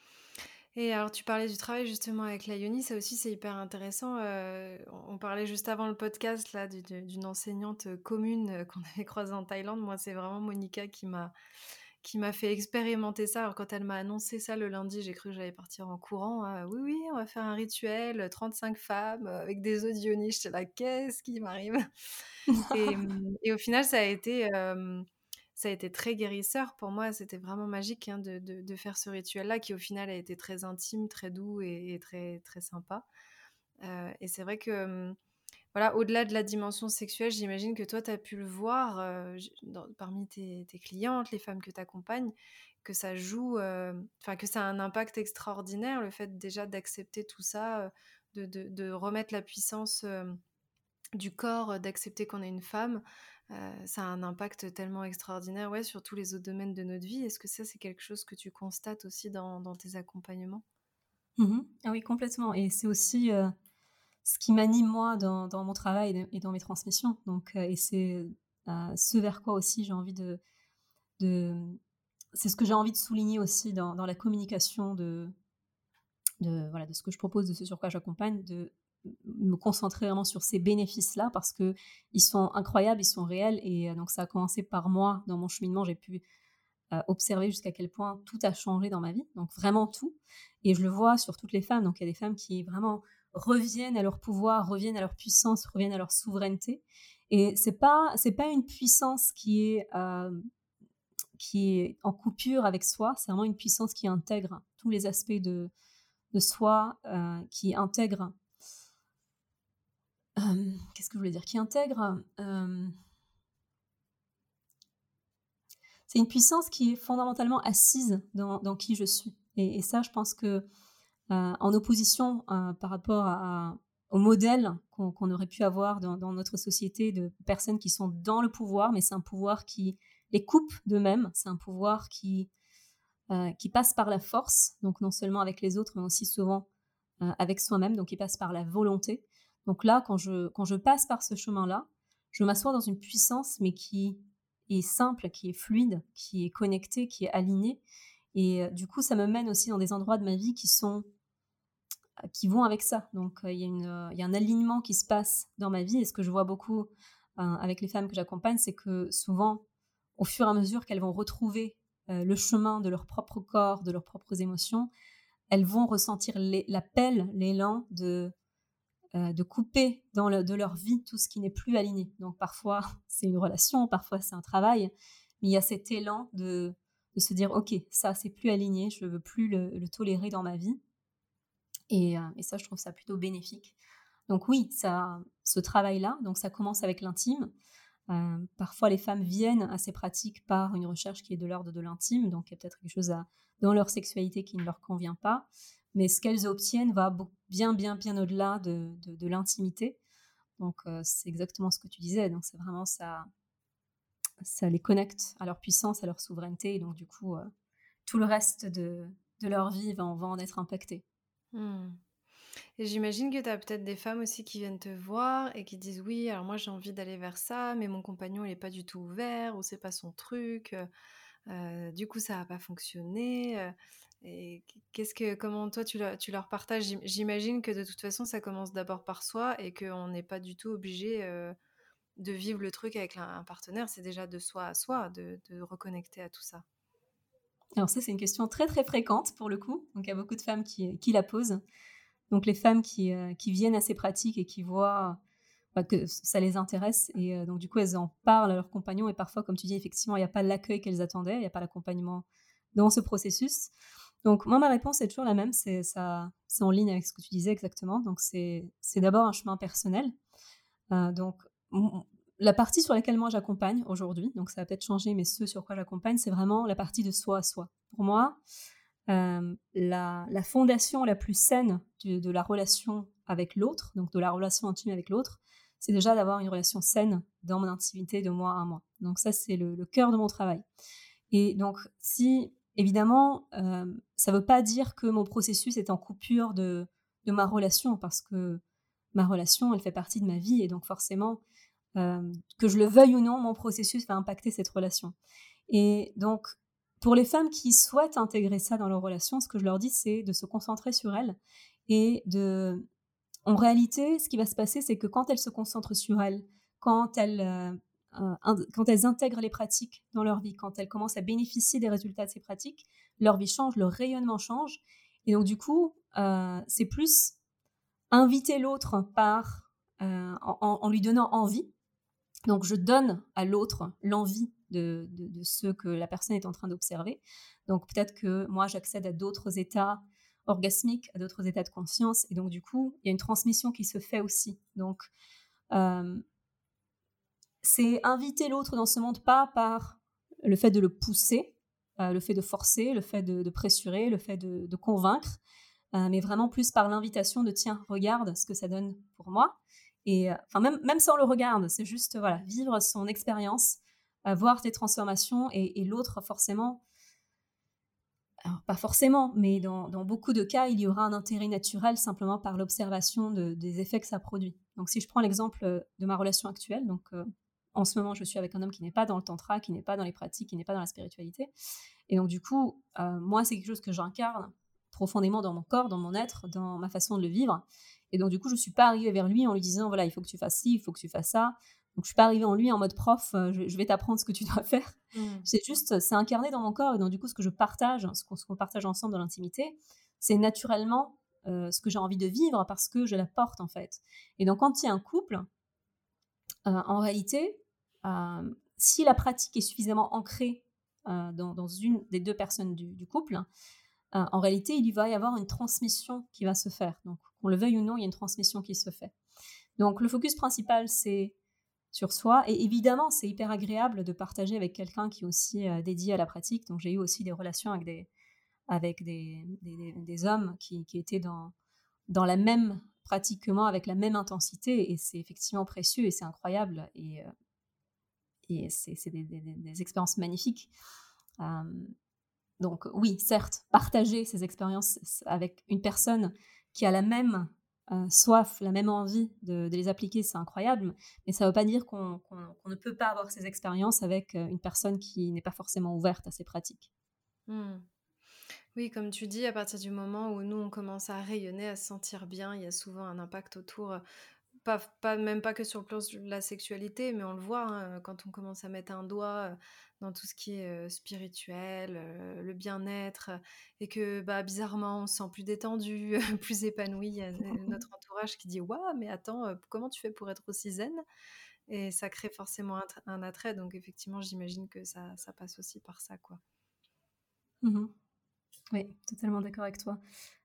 Et alors, tu parlais du travail justement avec la Yoni, ça aussi c'est hyper intéressant. Euh, on on parlait juste avant le podcast là du- du- d'une enseignante euh, commune euh, qu'on avait croisée en Thaïlande. Moi, c'est vraiment Monica qui m'a qui m'a fait expérimenter ça. Alors, quand elle m'a annoncé ça le lundi, j'ai cru que j'allais partir en courant. Ah, oui, oui, on va faire un rituel, trente-cinq femmes euh, avec des eaux d'Ioni. J'étais là, qu'est-ce qui m'arrive? Et, mmh, et au final, ça a été, hem, ça a été très guérisseur pour moi. C'était vraiment magique, hein, de de de faire ce rituel-là qui, au final, a été très intime, très doux et et très très sympa. Heu et c'est vrai que, hem, voilà, au-delà de la dimension sexuelle, j'imagine que toi, tu as pu le voir, heu, j dans parmi tes tes clientes, les femmes que tu accompagnes, que ça joue, hem, enfin, que ça a un impact extraordinaire, le fait déjà d'accepter tout ça, heu, de de de remettre la puissance, hem du corps, heu, d'accepter qu'on est une femme, heu, ça a un impact tellement extraordinaire, ouais, sur tous les autres domaines de notre vie. Est-ce que ça, c'est quelque chose que tu constates aussi dans dans tes accompagnements? Mhm. Ah oui, complètement. Et c'est aussi euh, ce qui m'anime moi dans, dans mon travail et et dans mes transmissions. Donc, euh, et c'est euh, ce vers quoi aussi j'ai envie de, de c'est ce que j'ai envie de souligner aussi dans, dans la communication de, de, voilà, de ce que je propose, de ce sur quoi j'accompagne, de me concentrer vraiment sur ces bénéfices-là parce que ils sont incroyables, ils sont réels. Et euh, donc, ça a commencé par moi dans mon cheminement. J'ai pu euh, observer jusqu'à quel point tout a changé dans ma vie, donc vraiment tout. Et je le vois sur toutes les femmes. Donc, il y a des femmes qui vraiment reviennent à leur pouvoir, reviennent à leur puissance, reviennent à leur souveraineté. Et c'est pas c'est pas une puissance qui est euh, qui est en coupure avec soi. C'est vraiment une puissance qui intègre tous les aspects de de soi, euh, qui intègre euh, qu'est-ce que je voulais dire, qui intègre euh, c'est une puissance qui est fondamentalement assise dans, dans qui je suis. Et, et ça, je pense que euh, en opposition euh, par rapport à, à- au modèle qu'on qu'on aurait pu avoir dans, dans notre société de personnes qui sont dans le pouvoir, mais c'est un pouvoir qui les coupe d'eux-mêmes, c'est un pouvoir qui, euh, qui passe par la force, donc non seulement avec les autres, mais aussi souvent euh, avec soi-même, donc qui passe par la volonté. Donc là, quand je, quand je passe par ce chemin-là, je m'assois dans une puissance, mais qui est simple, qui est fluide, qui est connectée, qui est alignée. Et euh, du coup, ça me mène aussi dans des endroits de ma vie qui sont qui vont avec ça. Donc, euh, il y a une, euh, il y a un alignement qui se passe dans ma vie. Et ce que je vois beaucoup euh, avec les femmes que j'accompagne, c'est que souvent, au fur et à mesure qu'elles vont retrouver euh, le chemin de leur propre corps, de leurs propres émotions, elles vont ressentir l'é- l'appel, l'élan de heu, de couper dans le de leur vie tout ce qui n'est plus aligné. Donc parfois, c'est une relation, parfois c'est un travail, mais il y a cet élan de de se dire: «OK, ça c'est plus aligné, je veux plus le le tolérer dans ma vie» et heu et ça je trouve ça plutôt bénéfique. Donc oui, ça ce travail-là, donc ça commence avec l'intime. Heu, parfois les femmes viennent à ces pratiques par une recherche qui est de l'ordre de l'intime, donc il y a peut-être quelque chose à dans leur sexualité qui ne leur convient pas. Mais ce qu'elles obtiennent va beau bien, bien, bien au-delà de de de l'intimité. Donc heu, c'est exactement ce que tu disais, donc c'est vraiment ça ça les connecte à leur puissance, à leur souveraineté et donc du coup, heu, tout le reste de de leur vie va en va en être impacté. Mmh. Et j'imagine que tu as peut-être des femmes aussi qui viennent te voir et qui disent: «Oui, alors moi j'ai envie d'aller vers ça, mais mon compagnon il est pas du tout ouvert ou c'est pas son truc, heu heu, du coup ça va pas fonctionner», heu et qu qu'est-ce que comment toi tu leur tu leur partages? J'im j'imagine que de toute façon ça commence d'abord par soi et qu'on n'est pas du tout obligé, heu, de vivre le truc avec un un partenaire. C'est déjà de soi à soi de de reconnecter à tout ça. Alors ça, c'est une question très, très fréquente pour le coup, donc il y a beaucoup de femmes qui qui la posent. Donc les femmes qui, heu, qui viennent à ces pratiques et qui voient, bah, que ç ça les intéresse et heu, donc du coup, elles en parlent à leurs compagnons et parfois, comme tu dis, effectivement, il y a pas l'accueil qu'elles attendaient, il y a pas l'accompagnement dans ce processus. Donc moi, ma réponse est toujours la même, c'est ça c'est en ligne avec ce que tu disais exactement. Donc c'est c'est d'abord un chemin personnel. Heu, donc m m la partie sur laquelle moi j'accompagne aujourd'hui, donc ça va peut-être changer, mais ce sur quoi j'accompagne, c'est vraiment la partie de soi à soi. Pour moi, Hem, la la fondation la plus saine de de la relation avec l'autre, donc de la relation intime avec l'autre, c'est déjà d'avoir une relation saine dans mon intimité de moi à moi. Donc ça, c'est le le cœur de mon travail et donc si évidemment, hem, ça veut pas dire que mon processus est en coupure de de ma relation parce que ma relation, elle fait partie de ma vie et donc forcément, hem, que je le veuille ou non, mon processus va impacter cette relation. Et donc, pour les femmes qui souhaitent intégrer ça dans leur relation, ce que je leur dis, c'est de se concentrer sur elles et de en réalité, ce qui va se passer, c'est que quand elles se concentrent sur elles, quand elles, heu, heu, ind quand elles intègrent les pratiques dans leur vie, quand elles commencent à bénéficier des résultats de ces pratiques, leur vie change, leur rayonnement change et donc du coup, heu, c'est plus inviter l'autre par, heu, en en en lui donnant envie. Donc je donne à l'autre l'envie de de de ce que la personne est en train d'observer. Donc peut-être que moi j'accède à d'autres états orgasmiques, à d'autres états de conscience et donc du coup, il y a une transmission qui se fait aussi. Donc, hem, c'est inviter l'autre dans ce monde, pas par le fait de le pousser, heu, le fait de forcer, le fait de de pressurer, le fait de de convaincre, heu, mais vraiment plus par l'invitation de: «Tiens, regarde ce que ça donne pour moi» et heu, enfin même même sans le regard, c'est juste, voilà, vivre son expérience, heu, voir tes transformations et et l'autre forcément alors pas forcément, mais dans dans beaucoup de cas, il y aura un intérêt naturel simplement par l'observation de des effets que ça produit. Donc si je prends l'exemple, heu, de ma relation actuelle, donc heu, en ce moment, je suis avec un homme qui n'est pas dans le tantra, qui n'est pas dans les pratiques, qui n'est pas dans la spiritualité et donc du coup, heu, moi, c'est quelque chose que j'incarne profondément dans mon corps, dans mon être, dans ma façon de le vivre et donc du coup, je suis pas arrivée vers lui en lui disant: «Voilà, il faut que tu fasses ci, il faut que tu fasses ça». Donc je suis pas arrivée en lui en mode prof, heu, je je vais t'apprendre ce que tu dois faire. Mmh. C'est juste, c'est incarné dans mon corps et donc du coup, ce que je partage, ce qu'on ce qu'on partage ensemble dans l'intimité, c'est naturellement, heu, ce que j'ai envie de vivre parce que je l'apporte, en fait et donc quand il y a un couple, heu, en réalité, hem, si la pratique est suffisamment ancrée, heu, dans dans une des deux personnes du du couple, heu, en réalité, il y va y avoir une transmission qui va se faire. Donc qu'on le veuille ou non, il y a une transmission qui se fait. Donc le focus principal, c'est sur soi et évidemment, c'est hyper agréable de partager avec quelqu'un qui est aussi, heu, dédié à la pratique. Donc j'ai eu aussi des relations avec des avec des des des des hommes qui qui étaient dans dans la même pratique que moi, avec la même intensité et c'est effectivement précieux et c'est incroyable et heu et c'est c'est des des des des expériences magnifiques. Hem, donc oui, certes, partager ces expériences s avec une personne qui a la même, heu, soif, la même envie de de les appliquer, c'est incroyable, mais ça ne veut pas dire qu'on qu'on qu'on ne peut pas avoir ces expériences avec, heu, une personne qui n'est pas forcément ouverte à ces pratiques. Mmh. Oui, comme tu dis, à partir du moment où nous, on commence à rayonner, à se sentir bien, il y a souvent un impact autour, Pas pas même pas que sur le plan de la sexualité, mais on le voit, hein, quand on commence à mettre un doigt, heu, dans tout ce qui est, heu, spirituel, heu, le bien-être, heu, et que, bah, bizarrement, on se sent plus détendu, plus épanoui. Il y a n notre entourage qui dit: «Waouh, mais attends, heu, comment tu fais pour être aussi zen?» Et ça crée forcément un tr un attrait, donc effectivement, j'imagine que ça ça passe aussi par ça, quoi. Mmh. Oui, totalement d'accord avec toi.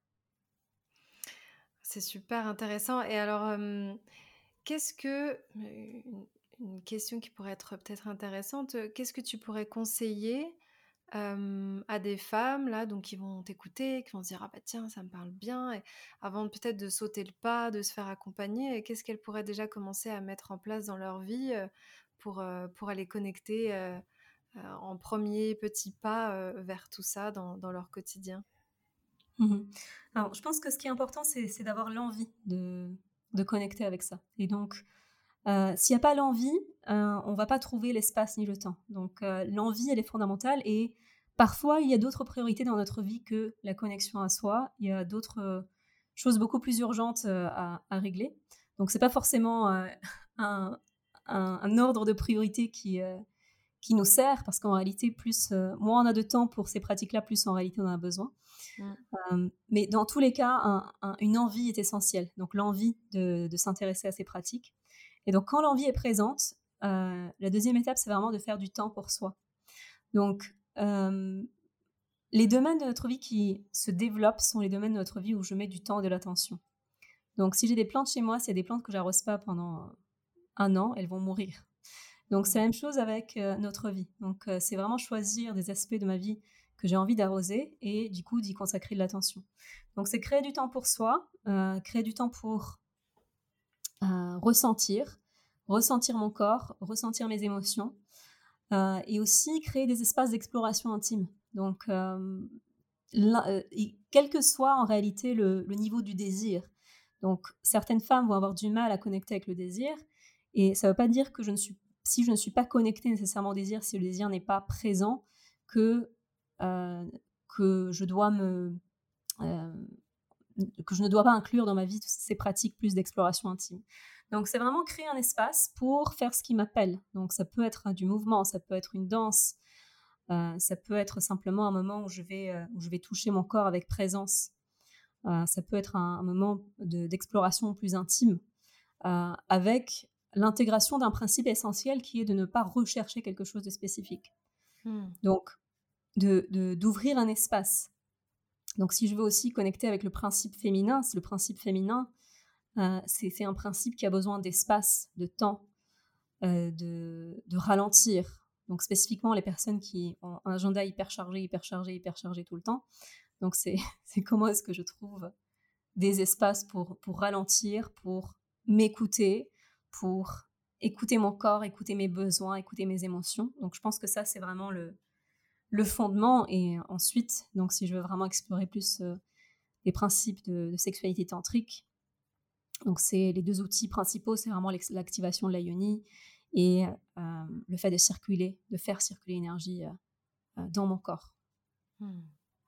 C'est super intéressant et alors, hem, qu'est-ce que une une question qui pourrait être peut-être intéressante, heu, qu'est-ce que tu pourrais conseiller, hem, à des femmes là, donc qui vont t'écouter, qui vont se dire: «Ah bah tiens, ça me parle bien» et avant peut-être de sauter le pas, de se faire accompagner, qu'est-ce qu'elles pourraient déjà commencer à mettre en place dans leur vie, heu, pour, heu, pour aller connecter, heu heu, en premier petit pas, heu, vers tout ça dans dans leur quotidien? Mmh. Alors, je pense que ce qui est important, c'est c'est d'avoir l'envie de de connecter avec ça et donc, heu, s'il y a pas l'envie, heu, on va pas trouver l'espace ni le temps. Donc, heu, l'envie, elle est fondamentale et parfois, il y a d'autres priorités dans notre vie que la connexion à soi. Il y a d'autres, heu, choses beaucoup plus urgentes, heu, à à régler. Donc c'est pas forcément, heu, un un un ordre de priorité qui, heu, qui nous sert parce qu'en réalité, plus, heu, moins on a de temps pour ces pratiques-là, plus en réalité on en a besoin. Mmh. Hem, mais dans tous les cas, un un une envie est essentielle. Donc l'envie de de s'intéresser à ces pratiques et donc quand l'envie est présente, heu, la deuxième étape, c'est vraiment de faire du temps pour soi. Donc, hem, les domaines de notre vie qui se développent sont les domaines de notre vie où je mets du temps et de l'attention. Donc si j'ai des plantes chez moi, s'il y a des plantes que j'arrose pas pendant un an, elles vont mourir. Donc c'est Mmh. la même chose avec, heu, notre vie. Donc, heu, c'est vraiment choisir des aspects de ma vie que j'ai envie d'arroser et du coup d'y consacrer de l'attention. Donc c'est créer du temps pour soi, heu, créer du temps pour, heu, ressentir, ressentir mon corps, ressentir mes émotions, heu et aussi créer des espaces d'exploration intime. Donc, hem, l'in heu et quel que soit en réalité le le niveau du désir. Donc certaines femmes vont avoir du mal à connecter avec le désir et ça ne veut pas dire que je ne suis si je ne suis pas connectée nécessairement au désir, si le désir n'est pas présent, que, heu, que je dois me, hem, que je ne dois pas inclure dans ma vie toutes ces pratiques plus d'exploration intime. Donc c'est vraiment créer un espace pour faire ce qui m'appelle. Donc ça peut être, hein, du mouvement, ça peut être une danse, heu, ça peut être simplement un moment où je vais, heu, où je vais toucher mon corps avec présence. Heu, ça peut être un un moment de d'exploration plus intime, heu, avec l'intégration d'un principe essentiel qui est de ne pas rechercher quelque chose de spécifique. Mmh. Donc de de d'ouvrir un espace. Donc si je veux aussi connecter avec le principe féminin, c'est le principe féminin, heu, c'est c'est un principe qui a besoin d'espace, de temps, heu, de de ralentir. Donc spécifiquement les personnes qui ont un agenda hyper chargé, hyper chargé, hyper chargé tout le temps. Donc c'est c'est comment est-ce que je trouve des espaces pour pour ralentir, pour m'écouter, pour écouter mon corps, écouter mes besoins, écouter mes émotions. Donc je pense que ça, c'est vraiment le le fondement et ensuite, donc si je veux vraiment explorer plus, heu, les principes de de sexualité tantrique, donc c'est les deux outils principaux, c'est vraiment l'ex l'activation de la yoni et hem, le fait de circuler, de faire circuler l'énergie, heu heu, dans mon corps. Mmh.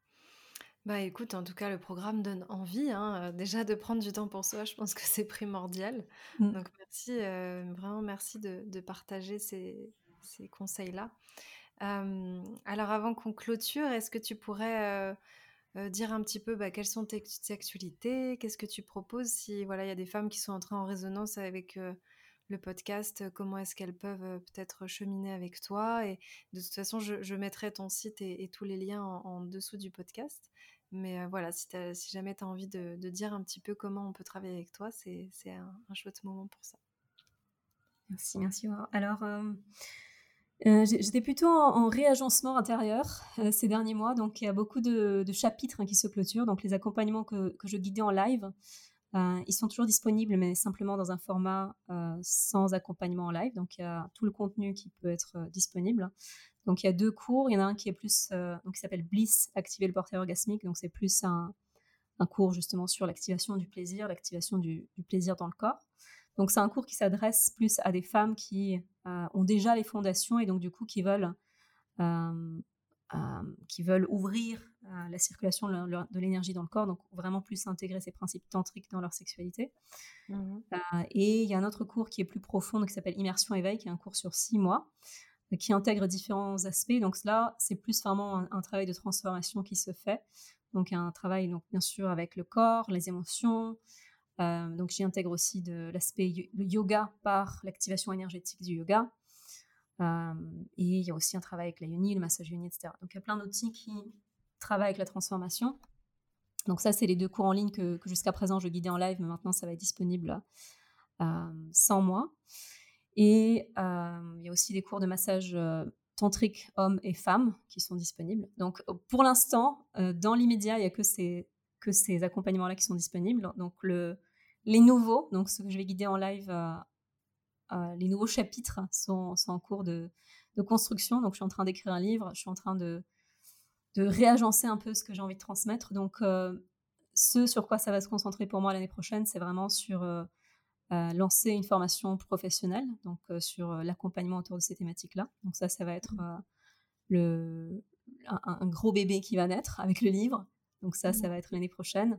Bah, écoute, en tout cas, le programme donne envie, hein, heu, déjà de prendre du temps pour soi, je pense que c'est primordial. Mmh. Donc merci, heu, vraiment merci de de partager ces ces conseils-là. Hem, alors avant qu'on clôture, est-ce que tu pourrais, heu heu, dire un petit peu, bah, quelles sont tes tes actualités? Qu'est-ce que tu proposes si, voilà, il y a des femmes qui sont entrées en résonance avec, heu, le podcast, heu, comment est-ce qu'elles peuvent, heu, peut-être cheminer avec toi? Et de toute façon, je je mettrai ton site et et tous les liens en en dessous du podcast. Mais, heu, voilà, si tu si jamais tu as envie de de dire un petit peu comment on peut travailler avec toi, c'est c'est un un chouette moment pour ça. Merci, merci. Alors, hem Heu, j'ai j'étais plutôt en en réagencement intérieur, heu, ces derniers mois, donc il y a beaucoup de de chapitres, hein, qui se clôturent. Donc les accompagnements que que je guidais en live, heu, ils sont toujours disponibles, mais simplement dans un format, heu, sans accompagnement en live. Donc il y a tout le contenu qui peut être, heu, disponible. Donc il y a deux cours, il y en a un qui est plus, heu, donc qui s'appelle Bliss, activer le portail orgasmique. Donc c'est plus un un cours justement sur l'activation du plaisir, l'activation du du plaisir dans le corps. Donc c'est un cours qui s'adresse plus à des femmes qui, heu, ont déjà les fondations et donc du coup qui veulent, hem, hem, qui veulent ouvrir, heu, à la circulation de, leur- de l'énergie dans le corps, donc vraiment plus intégrer ces principes tantriques dans leur sexualité. Mmh. Euh, et il y a un autre cours qui est plus profond, donc, qui s'appelle Immersion Éveil, qui est un cours sur six mois, euh, qui intègre différents aspects. Donc là, c'est plus vraiment un, un travail de transformation qui se fait. Donc un travail, donc, bien sûr, avec le corps, les émotions. Euh, donc j'y intègre aussi de l'aspect yo- le yoga par l'activation énergétique du yoga. Euh, et il y a aussi un travail avec la yoni, le massage yoni, et cetera. Donc il y a plein d'outils qui travaillent avec la transformation. Donc ça, c'est les deux cours en ligne que, que jusqu'à présent je guidais en live, mais maintenant ça va être disponible euh, sans moi. Et euh, il y a aussi des cours de massage euh, tantrique hommes et femmes qui sont disponibles. Donc pour l'instant, euh, dans l'immédiat, il n'y a que ces, que ces accompagnements-là qui sont disponibles. Donc le, les nouveaux, donc ceux que je vais guider en live, euh, euh, les nouveaux chapitres sont, sont en cours de, de construction. Donc je suis en train d'écrire un livre, je suis en train de, de réagencer un peu ce que j'ai envie de transmettre. Donc euh, ce sur quoi ça va se concentrer pour moi l'année prochaine, c'est vraiment sur euh, euh, lancer une formation professionnelle, donc euh, sur euh, l'accompagnement autour de ces thématiques-là. Donc ça, ça va être euh, le, un, un gros bébé qui va naître avec le livre. Donc ça, ça va être l'année prochaine.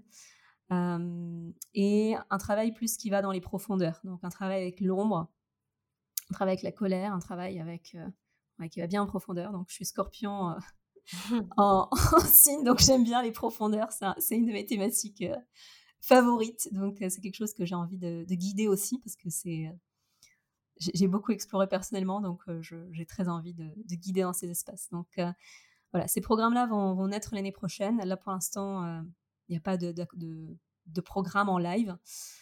Euh, et un travail plus qui va dans les profondeurs. Donc un travail avec l'ombre, un travail avec la colère, un travail avec euh, ouais, qui va bien en profondeur. Donc je suis Scorpion euh, en, en signe, donc j'aime bien les profondeurs. C'est, un, c'est une de mes thématiques euh, favorites. Donc euh, c'est quelque chose que j'ai envie de, de guider aussi parce que c'est euh, j'ai, j'ai beaucoup exploré personnellement, donc euh, je, j'ai très envie de, de guider dans ces espaces. Donc euh, voilà, ces programmes-là vont, vont naître l'année prochaine. Là pour l'instant, euh, il n'y a pas de, de, de, de programme en live.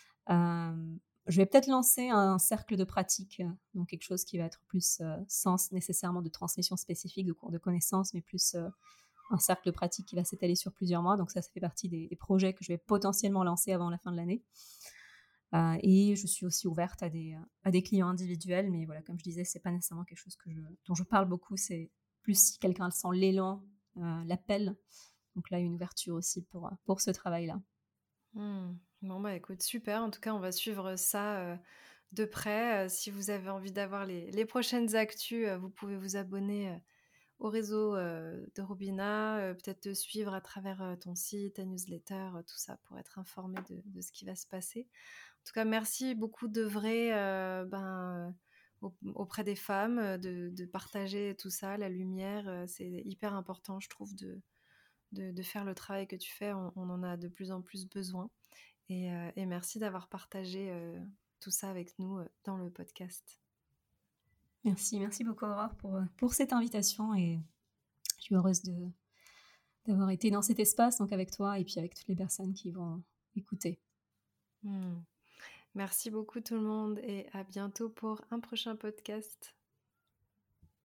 Euh, je vais peut-être lancer un cercle de pratique, euh, donc quelque chose qui va être plus euh, sans nécessairement de transmission spécifique de cours de connaissances, mais plus euh, un cercle de pratique qui va s'étaler sur plusieurs mois. Donc ça, ça fait partie des, des projets que je vais potentiellement lancer avant la fin de l'année. Euh, et je suis aussi ouverte à des, à des clients individuels, mais voilà, comme je disais, c'est pas nécessairement quelque chose que je, dont je parle beaucoup. C'est plus si quelqu'un sent l'élan, euh, l'appel. Donc là, il y a une ouverture aussi pour, pour ce travail-là. Mmh. Bon, bah, écoute, super. En tout cas, on va suivre ça, heu, de près. Heu, si vous avez envie d'avoir les les prochaines actus, heu, vous pouvez vous abonner, heu, au réseau, heu, de Robina, heu, peut-être te suivre à travers, heu, ton site, ta newsletter, heu, tout ça pour être informé de de ce qui va se passer. En tout cas, merci beaucoup d'œuvrer, heu, ben, heu, au auprès des femmes, heu, de de partager tout ça, la lumière, heu, c'est hyper important, je trouve, de de de faire le travail que tu fais. On on en a de plus en plus besoin et heu et merci d'avoir partagé, heu, tout ça avec nous, heu, dans le podcast. Merci, merci beaucoup Aurore pour, pour cette invitation et je suis heureuse de, d'avoir été dans cet espace, donc avec toi et puis avec toutes les personnes qui vont écouter. Mmh. Merci beaucoup tout le monde et à bientôt pour un prochain podcast.